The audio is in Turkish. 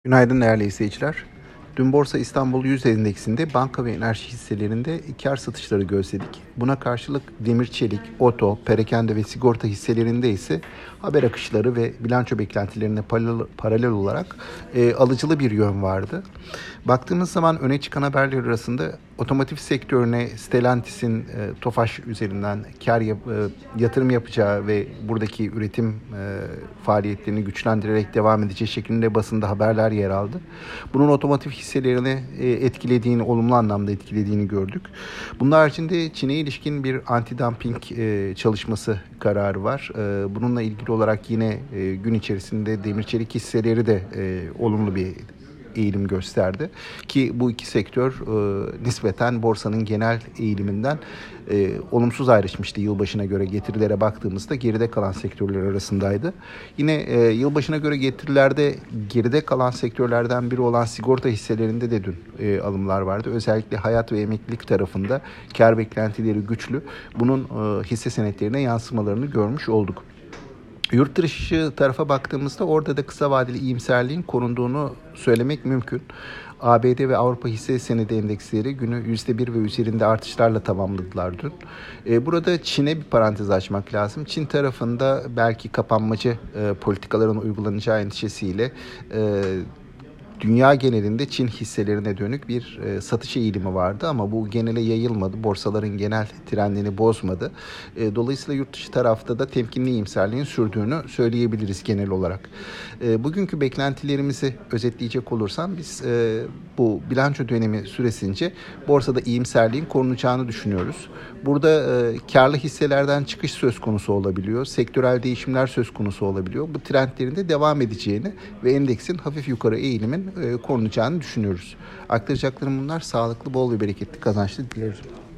Günaydın değerli izleyiciler. Dün Borsa İstanbul 100 endeksinde banka ve enerji hisselerinde kar satışları gözledik. Buna karşılık demir çelik, oto, perakende ve sigorta hisselerinde ise haber akışları ve bilanço beklentilerine paralel olarak alıcılı bir yön vardı. Baktığımız zaman öne çıkan haberler arasında otomotiv sektörüne Stellantis'in Tofaş üzerinden yatırım yapacağı ve buradaki üretim faaliyetlerini güçlendirerek devam edeceği şeklinde basında haberler yer aldı. Bunun otomotiv hisselerini etkilediğini, olumlu anlamda etkilediğini gördük. Bunun haricinde Çin'e ilişkin bir anti-dumping çalışması kararı var. Bununla ilgili olarak yine gün içerisinde demir çelik hisseleri de olumlu bir eğilim gösterdi. Ki bu iki sektör nispeten borsanın genel eğiliminden olumsuz ayrışmıştı yılbaşına göre. Getirilere baktığımızda geride kalan sektörler arasındaydı. Yine yılbaşına göre getirilerde geride kalan sektörlerden biri olan sigorta hisselerinde de dün alımlar vardı. Özellikle hayat ve emeklilik tarafında kar beklentileri güçlü. Bunun hisse senetlerine yansımalarını görmüş olduk. Yurt dışı tarafa baktığımızda orada da kısa vadeli iyimserliğin korunduğunu söylemek mümkün. ABD ve Avrupa hisse senedi endeksleri günü %1 ve üzerinde artışlarla tamamladılar dün. Burada Çin'e bir parantez açmak lazım. Çin tarafında belki kapanmacı politikaların uygulanacağı endişesiyle dünya genelinde Çin hisselerine dönük bir satış eğilimi vardı ama bu genele yayılmadı. Borsaların genel trendini bozmadı. Dolayısıyla yurt dışı tarafta da temkinli iyimserliğin sürdüğünü söyleyebiliriz genel olarak. Bugünkü beklentilerimizi özetleyecek olursam biz bu bilanço dönemi süresince borsada iyimserliğin korunacağını düşünüyoruz. Burada karlı hisselerden çıkış söz konusu olabiliyor. Sektörel değişimler söz konusu olabiliyor. Bu trendlerin de devam edeceğini ve endeksin hafif yukarı eğilimin korunacağını düşünüyoruz. Aktaracaklarım bunlar. Sağlıklı, bol ve bereketli kazançlı dilerim.